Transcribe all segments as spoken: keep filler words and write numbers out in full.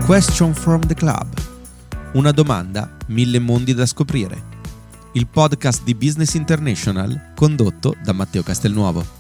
Question from the Club. Una domanda, mille mondi da scoprire. Il podcast di Business International condotto da Matteo Castelnuovo.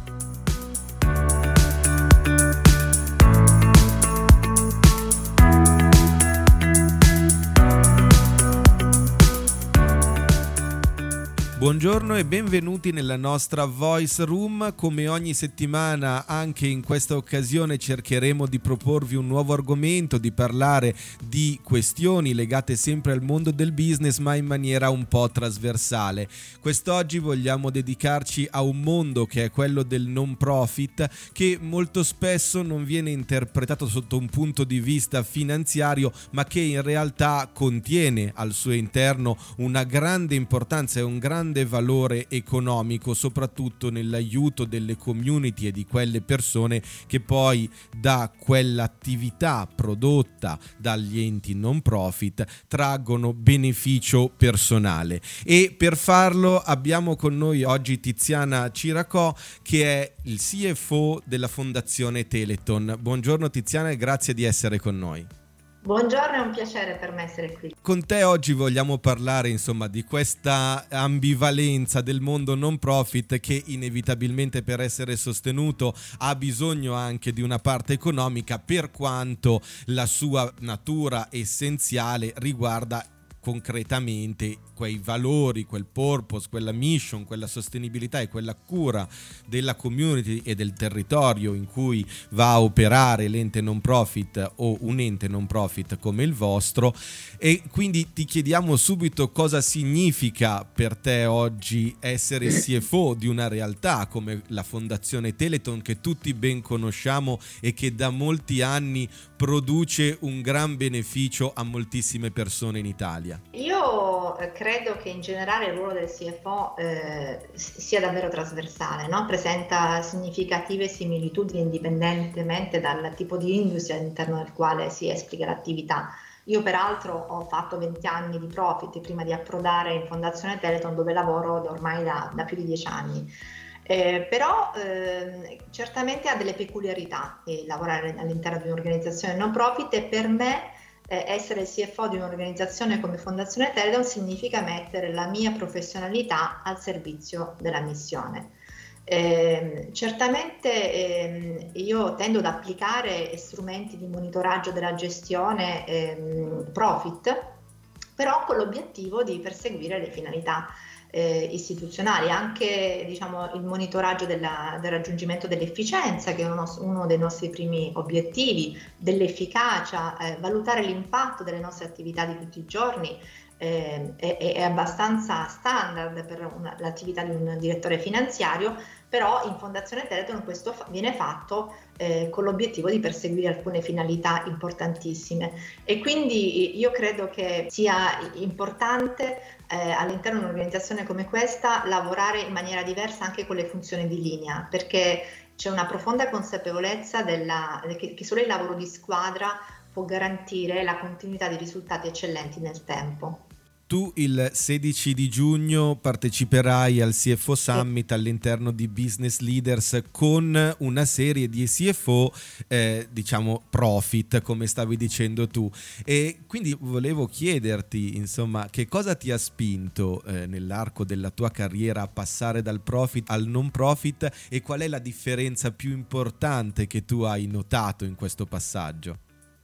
Buongiorno e benvenuti nella nostra Voice Room. Come ogni settimana, anche in questa occasione cercheremo di proporvi un nuovo argomento, di parlare di questioni legate sempre al mondo del business, ma in maniera un po' trasversale. Quest'oggi vogliamo dedicarci a un mondo che è quello del non profit, che molto spesso non viene interpretato sotto un punto di vista finanziario, ma che in realtà contiene al suo interno una grande importanza e un grande valore economico, soprattutto nell'aiuto delle community e di quelle persone che poi da quell'attività prodotta dagli enti non profit traggono beneficio personale. E per farlo abbiamo con noi oggi Tiziana Ciracò, che è il C F O della Fondazione Teleton. Buongiorno Tiziana e grazie di essere con noi. Buongiorno, è un piacere per me essere qui. Con te oggi vogliamo parlare insomma di questa ambivalenza del mondo non profit che inevitabilmente per essere sostenuto ha bisogno anche di una parte economica, per quanto la sua natura essenziale riguarda concretamente quei valori, quel purpose, quella mission, quella sostenibilità e quella cura della community e del territorio in cui va a operare l'ente non profit o un ente non profit come il vostro. E quindi ti chiediamo subito cosa significa per te oggi essere C F O di una realtà come la Fondazione Teleton, che tutti ben conosciamo e che da molti anni produce un gran beneficio a moltissime persone in Italia. Io credo che in generale il ruolo del C F O eh, sia davvero trasversale, no? Presenta significative similitudini indipendentemente dal tipo di industria all'interno del quale si esplica l'attività. Io peraltro ho fatto venti anni di profit prima di approdare in Fondazione Teleton, dove lavoro da ormai da, da più di dieci anni. Eh, però eh, certamente ha delle peculiarità eh, lavorare all'interno di un'organizzazione non profit, e per me eh, essere il C F O di un'organizzazione come Fondazione Teleton significa mettere la mia professionalità al servizio della missione. Eh, certamente eh, io tendo ad applicare strumenti di monitoraggio della gestione eh, profit, però con l'obiettivo di perseguire le finalità Eh, istituzionali, anche diciamo il monitoraggio della, del raggiungimento dell'efficienza, che è uno, uno dei nostri primi obiettivi, dell'efficacia, eh, valutare l'impatto delle nostre attività di tutti i giorni. Eh, è, è abbastanza standard per una, l'attività di un direttore finanziario, però in Fondazione Teleton questo fa, viene fatto eh, con l'obiettivo di perseguire alcune finalità importantissime, e quindi io credo che sia importante eh, all'interno di un'organizzazione come questa lavorare in maniera diversa anche con le funzioni di linea, perché c'è una profonda consapevolezza della, che, che solo il lavoro di squadra può garantire la continuità di risultati eccellenti nel tempo. Tu il sedici di giugno parteciperai al C F O Summit all'interno di Business Leaders con una serie di C F O eh, diciamo profit, come stavi dicendo tu, e quindi volevo chiederti insomma che cosa ti ha spinto eh, nell'arco della tua carriera a passare dal profit al non profit, e qual è la differenza più importante che tu hai notato in questo passaggio?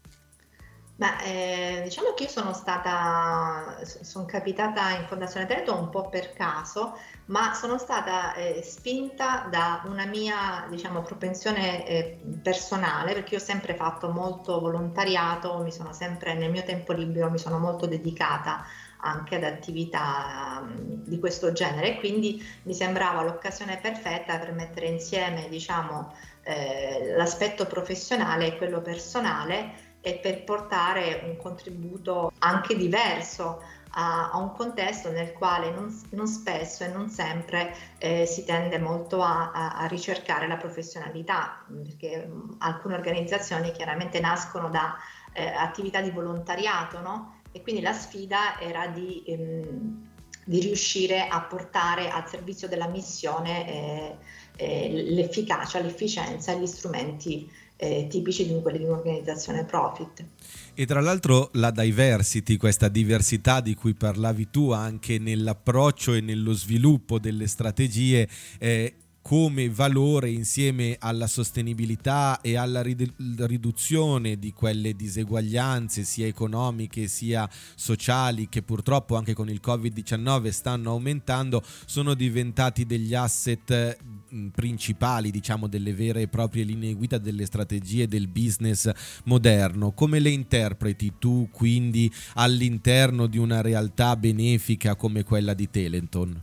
Beh, eh, diciamo che io sono stata, sono capitata in Fondazione Teleton un po' per caso, ma sono stata eh, spinta da una mia, diciamo, propensione eh, personale, perché io ho sempre fatto molto volontariato, mi sono sempre, nel mio tempo libero, mi sono molto dedicata anche ad attività um, di questo genere, e quindi mi sembrava l'occasione perfetta per mettere insieme, diciamo, eh, l'aspetto professionale e quello personale, e per portare un contributo anche diverso a, a un contesto nel quale non, non spesso e non sempre eh, si tende molto a, a, a ricercare la professionalità, perché mh, alcune organizzazioni chiaramente nascono da eh, attività di volontariato, no? E quindi la sfida era di, ehm, di riuscire a portare al servizio della missione eh, eh, l'efficacia, l'efficienza e gli strumenti eh, tipici di quelli di un'organizzazione profit. E tra l'altro la diversity, questa diversità di cui parlavi tu anche nell'approccio e nello sviluppo delle strategie, eh, come valore insieme alla sostenibilità e alla riduzione di quelle diseguaglianze sia economiche sia sociali che purtroppo anche con il covid diciannove stanno aumentando, sono diventati degli asset principali, diciamo, delle vere e proprie linee guida delle strategie del business moderno. Come le interpreti tu quindi all'interno di una realtà benefica come quella di Teleton?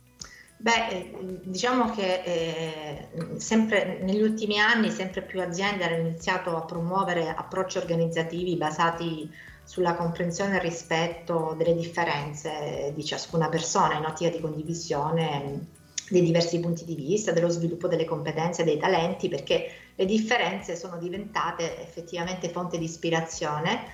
Beh, diciamo che eh, sempre negli ultimi anni sempre più aziende hanno iniziato a promuovere approcci organizzativi basati sulla comprensione e rispetto delle differenze di ciascuna persona in ottica di condivisione dei diversi punti di vista, dello sviluppo delle competenze e dei talenti, perché le differenze sono diventate effettivamente fonte di ispirazione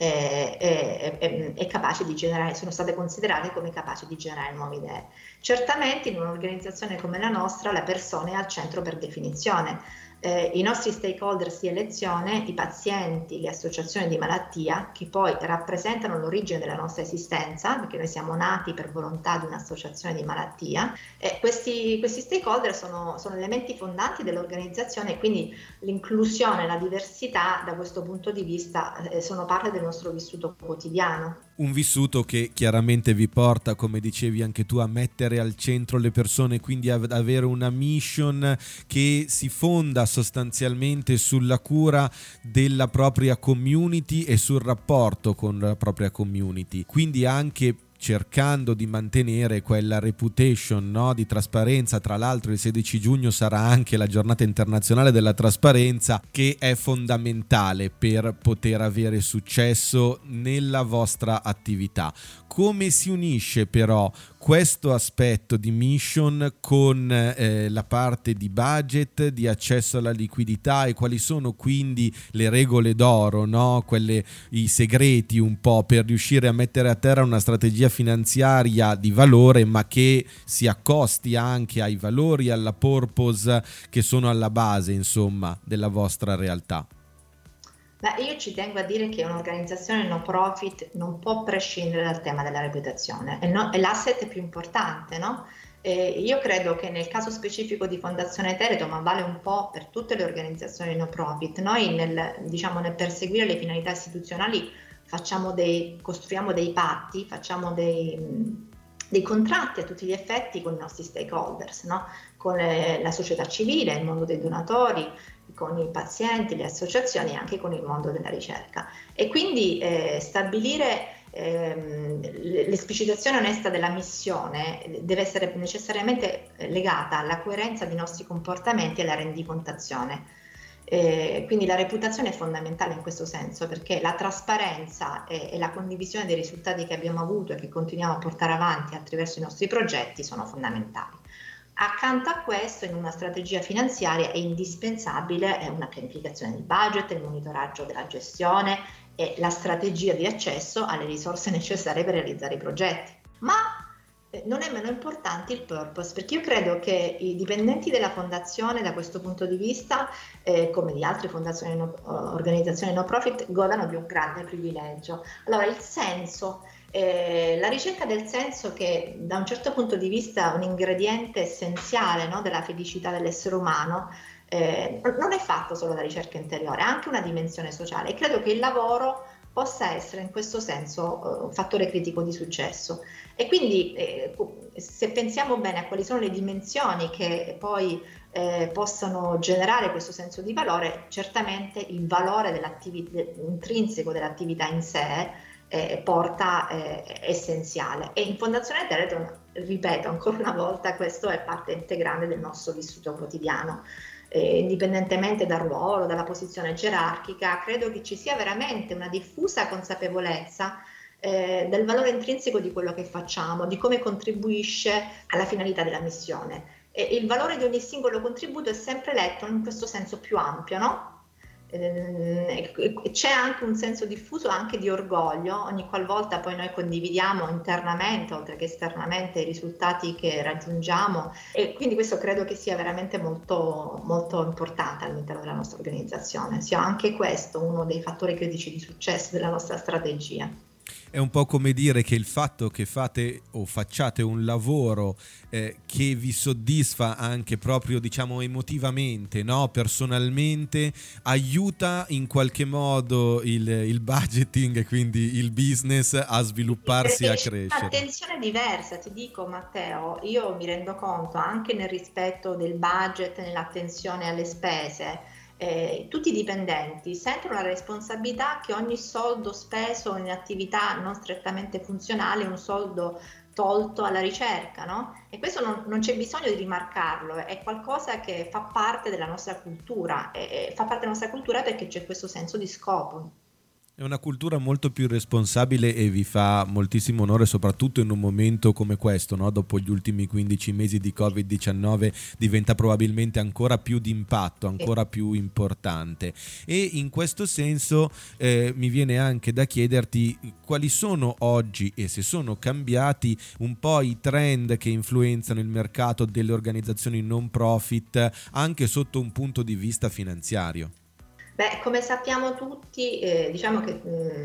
e, e, e, e capaci di generare, sono state considerate come capaci di generare nuove idee. Certamente in un'organizzazione come la nostra la persona è al centro per definizione. Eh, I nostri stakeholders di elezione, i pazienti, le associazioni di malattia, che poi rappresentano l'origine della nostra esistenza, perché noi siamo nati per volontà di un'associazione di malattia, e questi, questi stakeholder sono, sono elementi fondanti dell'organizzazione, e quindi l'inclusione e la diversità da questo punto di vista eh, sono parte del nostro vissuto quotidiano. Un vissuto che chiaramente vi porta, come dicevi anche tu, a mettere al centro le persone, quindi ad avere una mission che si fonda sostanzialmente sulla cura della propria community e sul rapporto con la propria community, quindi anche cercando di mantenere quella reputation, no, di trasparenza. Tra l'altro il sedici giugno sarà anche la giornata internazionale della trasparenza, che è fondamentale per poter avere successo nella vostra attività. Come si unisce però questo aspetto di mission con eh, la parte di budget, di accesso alla liquidità, e quali sono quindi le regole d'oro, no? Quelle, i segreti un po' per riuscire a mettere a terra una strategia finanziaria di valore, ma che si accosti anche ai valori e alla purpose che sono alla base, insomma, della vostra realtà? Beh, io ci tengo a dire che un'organizzazione no profit non può prescindere dal tema della reputazione, è, no, è l'asset più importante, no? Eh, io credo che nel caso specifico di Fondazione Teleton, ma vale un po' per tutte le organizzazioni no profit, noi nel, diciamo, nel perseguire le finalità istituzionali facciamo dei, costruiamo dei patti, facciamo dei, dei contratti a tutti gli effetti con i nostri stakeholders, no? Con le, la società civile, il mondo dei donatori, con i pazienti, le associazioni e anche con il mondo della ricerca. E quindi eh, stabilire ehm, l'esplicitazione onesta della missione deve essere necessariamente legata alla coerenza dei nostri comportamenti e alla rendicontazione. Eh, quindi la reputazione è fondamentale in questo senso, perché la trasparenza e, e la condivisione dei risultati che abbiamo avuto e che continuiamo a portare avanti attraverso i nostri progetti sono fondamentali. Accanto a questo, in una strategia finanziaria è indispensabile una pianificazione di budget, il monitoraggio della gestione e la strategia di accesso alle risorse necessarie per realizzare i progetti. Ma non è meno importante il purpose, perché io credo che i dipendenti della fondazione da questo punto di vista, eh, come di altre fondazioni no, organizzazioni no profit, godano di un grande privilegio. Allora, il senso, eh, la ricerca del senso, che da un certo punto di vista è un ingrediente essenziale, no, della felicità dell'essere umano, eh, non è fatto solo da ricerca interiore, ha anche una dimensione sociale, e credo che il lavoro possa essere in questo senso un uh, fattore critico di successo. E quindi eh, se pensiamo bene a quali sono le dimensioni che poi eh, possano generare questo senso di valore, certamente il valore dell'attività intrinseco dell'attività in sé eh, porta eh, essenziale. E in Fondazione Teleton, ripeto ancora una volta, questo è parte integrante del nostro vissuto quotidiano. Eh, indipendentemente dal ruolo, dalla posizione gerarchica, credo che ci sia veramente una diffusa consapevolezza eh, del valore intrinseco di quello che facciamo, di come contribuisce alla finalità della missione. E il valore di ogni singolo contributo è sempre letto in questo senso più ampio, no? C'è anche un senso diffuso anche di orgoglio ogni qualvolta poi noi condividiamo internamente oltre che esternamente i risultati che raggiungiamo, e quindi questo credo che sia veramente molto, molto importante all'interno della nostra organizzazione, sia anche questo uno dei fattori critici di successo della nostra strategia. È un po' come dire che il fatto che fate o facciate un lavoro eh, che vi soddisfa anche proprio, diciamo, emotivamente, no? Personalmente, aiuta in qualche modo il, il budgeting, quindi il business, a svilupparsi e a crescere. Un'attenzione diversa, ti dico Matteo, io mi rendo conto anche nel rispetto del budget, nell'attenzione alle spese. Eh, tutti i dipendenti sentono la responsabilità che ogni soldo speso in attività non strettamente funzionali è un soldo tolto alla ricerca, no? E questo non, non c'è bisogno di rimarcarlo, è qualcosa che fa parte della nostra cultura, e fa parte della nostra cultura perché c'è questo senso di scopo. È una cultura molto più responsabile e vi fa moltissimo onore, soprattutto in un momento come questo, no? Dopo gli ultimi quindici mesi di covid diciannove diventa probabilmente ancora più d'impatto, ancora più importante. E in questo senso eh, mi viene anche da chiederti quali sono oggi, e se sono cambiati, un po' i trend che influenzano il mercato delle organizzazioni non profit anche sotto un punto di vista finanziario. Beh, come sappiamo tutti, eh, diciamo che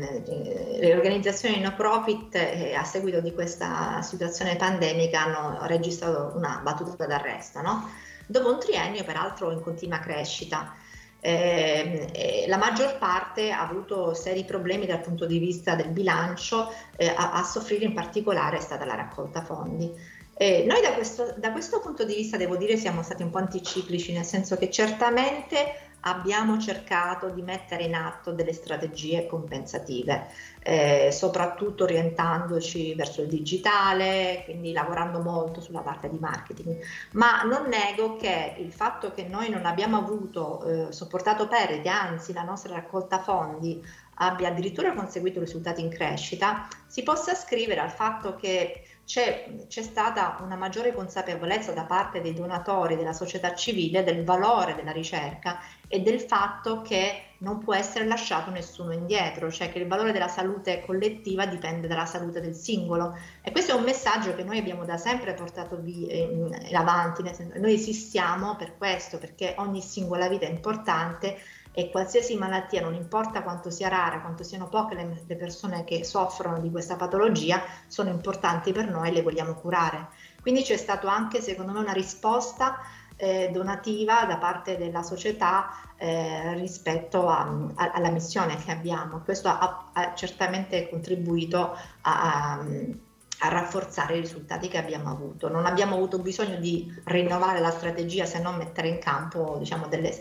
mh, le organizzazioni no profit eh, a seguito di questa situazione pandemica hanno registrato una battuta d'arresto, no? Dopo un triennio peraltro in continua crescita. Eh, eh, la maggior parte ha avuto seri problemi dal punto di vista del bilancio, eh, a, a soffrire in particolare è stata la raccolta fondi. Eh, noi da questo, da questo punto di vista devo dire siamo stati un po' anticiclici, nel senso che certamente abbiamo cercato di mettere in atto delle strategie compensative, eh, soprattutto orientandoci verso il digitale, quindi lavorando molto sulla parte di marketing, ma non nego che il fatto che noi non abbiamo avuto eh, sopportato perdite, anzi la nostra raccolta fondi abbia addirittura conseguito risultati in crescita, si possa ascrivere al fatto che C'è, c'è stata una maggiore consapevolezza da parte dei donatori della società civile del valore della ricerca e del fatto che non può essere lasciato nessuno indietro, cioè che il valore della salute collettiva dipende dalla salute del singolo, e questo è un messaggio che noi abbiamo da sempre portato via, eh, avanti, nel senso, noi esistiamo per questo, perché ogni singola vita è importante e qualsiasi malattia, non importa quanto sia rara, quanto siano poche le, le persone che soffrono di questa patologia, sono importanti per noi e le vogliamo curare. Quindi c'è stato anche, secondo me, una risposta eh, donativa da parte della società eh, rispetto a, a, alla missione che abbiamo. Questo ha, ha certamente contribuito a, a a rafforzare i risultati che abbiamo avuto. Non abbiamo avuto bisogno di rinnovare la strategia se non mettere in campo, diciamo, delle,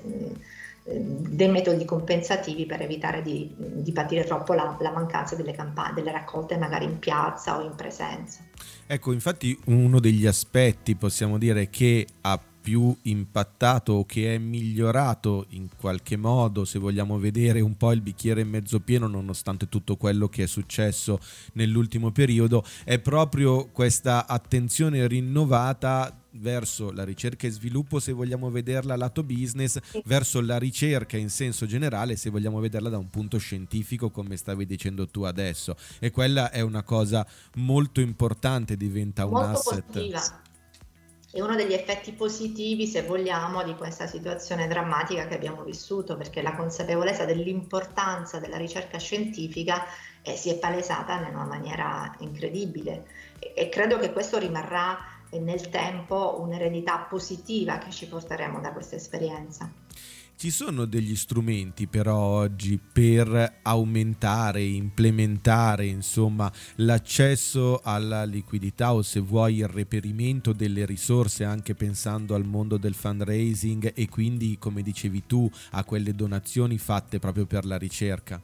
dei metodi compensativi per evitare di, di patire troppo la, la mancanza delle campagne, delle raccolte magari in piazza o in presenza. Ecco, infatti uno degli aspetti, possiamo dire, che ha più impattato o che è migliorato in qualche modo, se vogliamo vedere un po' il bicchiere mezzo pieno nonostante tutto quello che è successo nell'ultimo periodo, è proprio questa attenzione rinnovata verso la ricerca e sviluppo, se vogliamo vederla lato business, verso la ricerca in senso generale, se vogliamo vederla da un punto scientifico, come stavi dicendo tu adesso, e quella è una cosa molto importante, diventa un molto asset positiva. È uno degli effetti positivi, se vogliamo, di questa situazione drammatica che abbiamo vissuto, perché la consapevolezza dell'importanza della ricerca scientifica eh, si è palesata in una maniera incredibile, e, e credo che questo rimarrà eh, nel tempo un'eredità positiva che ci porteremo da questa esperienza. Ci sono degli strumenti però oggi per aumentare, implementare, insomma, l'accesso alla liquidità, o se vuoi il reperimento delle risorse, anche pensando al mondo del fundraising e quindi, come dicevi tu, a quelle donazioni fatte proprio per la ricerca?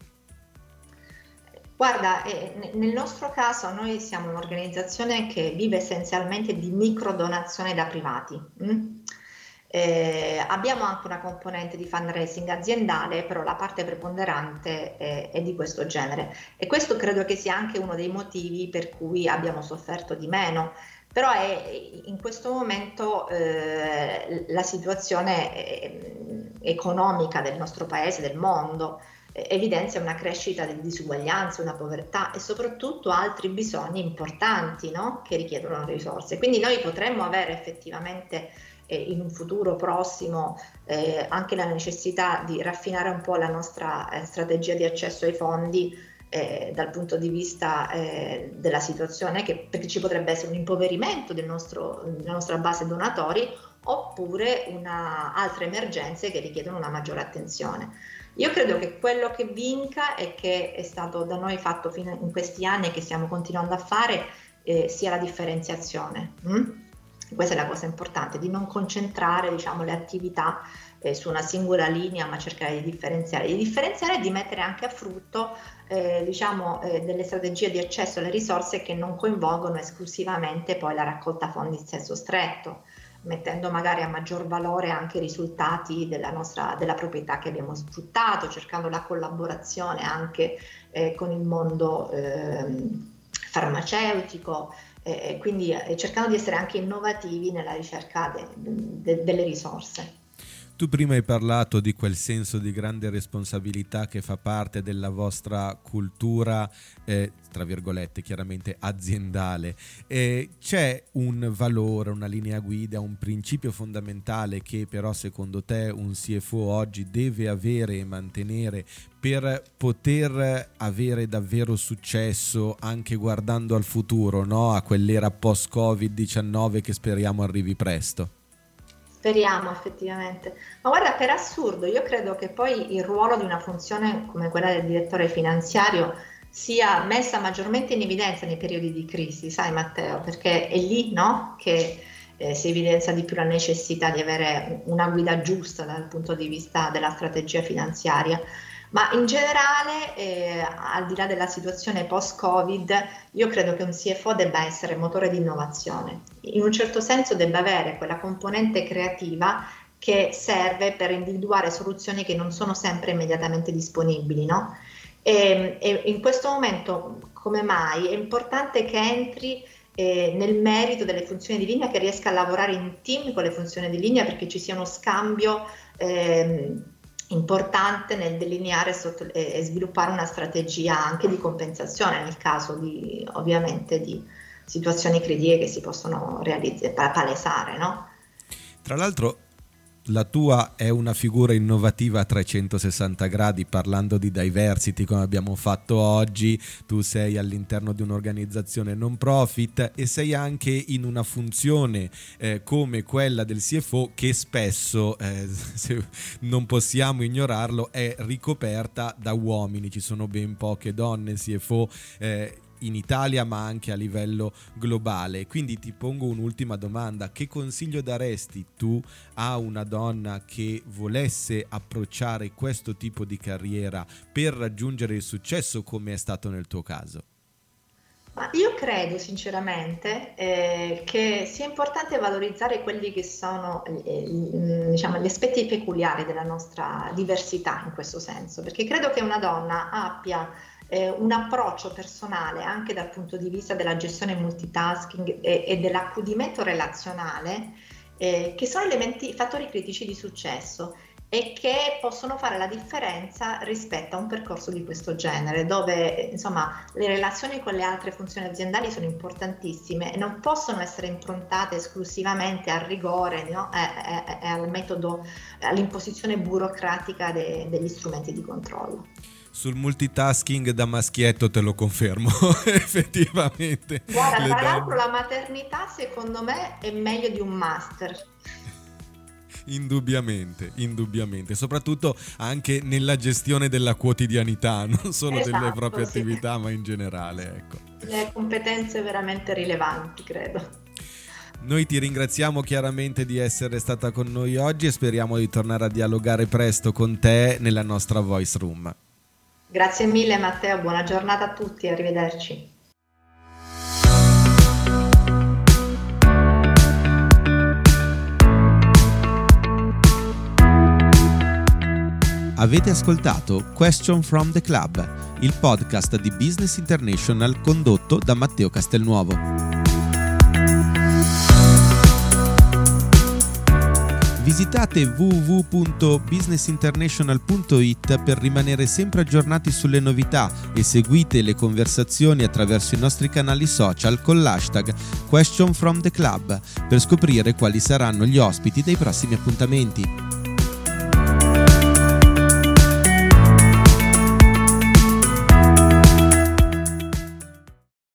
Guarda, eh, nel nostro caso noi siamo un'organizzazione che vive essenzialmente di microdonazioni da privati. Mm? Eh, abbiamo anche una componente di fundraising aziendale, però la parte preponderante è, è di questo genere, e questo credo che sia anche uno dei motivi per cui abbiamo sofferto di meno. Però è, in questo momento eh, la situazione eh, economica del nostro paese, del mondo, eh, evidenzia una crescita delle disuguaglianze, una povertà e soprattutto altri bisogni importanti, no? Che richiedono risorse. Quindi noi potremmo avere effettivamente eh, in un futuro prossimo eh, anche la necessità di raffinare un po' la nostra eh, strategia di accesso ai fondi, Eh, dal punto di vista eh, della situazione, che, perché ci potrebbe essere un impoverimento del nostro, della nostra base donatori, oppure una, altre emergenze che richiedono una maggiore attenzione. Io credo che quello che vinca e che è stato da noi fatto fino in questi anni e che stiamo continuando a fare eh, sia la differenziazione. Mm? Questa è la cosa importante, di non concentrare, diciamo, le attività eh, su una singola linea, ma cercare di differenziare, di differenziare e di mettere anche a frutto eh, diciamo, eh, delle strategie di accesso alle risorse che non coinvolgono esclusivamente poi la raccolta fondi in senso stretto, mettendo magari a maggior valore anche i risultati della nostra della proprietà che abbiamo sfruttato, cercando la collaborazione anche eh, con il mondo eh, farmaceutico. Eh, quindi eh, cercando di essere anche innovativi nella ricerca de, de, delle risorse. Tu prima hai parlato di quel senso di grande responsabilità che fa parte della vostra cultura, eh, tra virgolette, chiaramente aziendale. Eh, c'è un valore, una linea guida, un principio fondamentale che però secondo te un C F O oggi deve avere e mantenere per poter avere davvero successo anche guardando al futuro, no? A quell'era post-covid diciannove che speriamo arrivi presto? Speriamo effettivamente. Ma guarda, per assurdo, io credo che poi il ruolo di una funzione come quella del direttore finanziario sia messa maggiormente in evidenza nei periodi di crisi, sai Matteo, perché è lì, no, che eh, si evidenzia di più la necessità di avere una guida giusta dal punto di vista della strategia finanziaria. Ma in generale, eh, al di là della situazione post-Covid, io credo che un C F O debba essere motore di innovazione. In un certo senso debba avere quella componente creativa che serve per individuare soluzioni che non sono sempre immediatamente disponibili, no? E, e in questo momento, come mai, è importante che entri eh, nel merito delle funzioni di linea, che riesca a lavorare in team con le funzioni di linea, perché ci sia uno scambio eh, importante nel delineare sotto, e, e sviluppare una strategia anche di compensazione nel caso di, ovviamente, di situazioni critiche che si possono realizzare, palesare, no? Tra l'altro la tua è una figura innovativa a trecentosessanta gradi, parlando di diversity come abbiamo fatto oggi. Tu sei all'interno di un'organizzazione non profit e sei anche in una funzione eh, come quella del C F O che spesso, eh, se non possiamo ignorarlo, è ricoperta da uomini. Ci sono ben poche donne C F O eh, in Italia ma anche a livello globale. Quindi ti pongo un'ultima domanda: che consiglio daresti tu a una donna che volesse approcciare questo tipo di carriera per raggiungere il successo come è stato nel tuo caso? Ma io credo sinceramente eh, che sia importante valorizzare quelli che sono eh, diciamo, gli aspetti peculiari della nostra diversità in questo senso, perché credo che una donna abbia eh, un approccio personale anche dal punto di vista della gestione multitasking e, e dell'accudimento relazionale eh, che sono elementi, fattori critici di successo e che possono fare la differenza rispetto a un percorso di questo genere, dove insomma le relazioni con le altre funzioni aziendali sono importantissime e non possono essere improntate esclusivamente al rigore, no? e, e, e al metodo, all'imposizione burocratica de, degli strumenti di controllo. Sul multitasking da maschietto te lo confermo, effettivamente. Guarda, tra l'altro la maternità secondo me è meglio di un master. Indubbiamente, indubbiamente, soprattutto anche nella gestione della quotidianità, non solo esatto, delle proprie sì. attività, ma in generale, ecco. Le competenze veramente rilevanti, credo. Noi ti ringraziamo chiaramente di essere stata con noi oggi e speriamo di tornare a dialogare presto con te nella nostra Voice Room. Grazie mille Matteo, buona giornata a tutti, arrivederci. Avete ascoltato Question from the Club, il podcast di Business International condotto da Matteo Castelnuovo. Visitate w w w punto business international punto i t per rimanere sempre aggiornati sulle novità e seguite le conversazioni attraverso i nostri canali social con l'hashtag Question from the Club per scoprire quali saranno gli ospiti dei prossimi appuntamenti.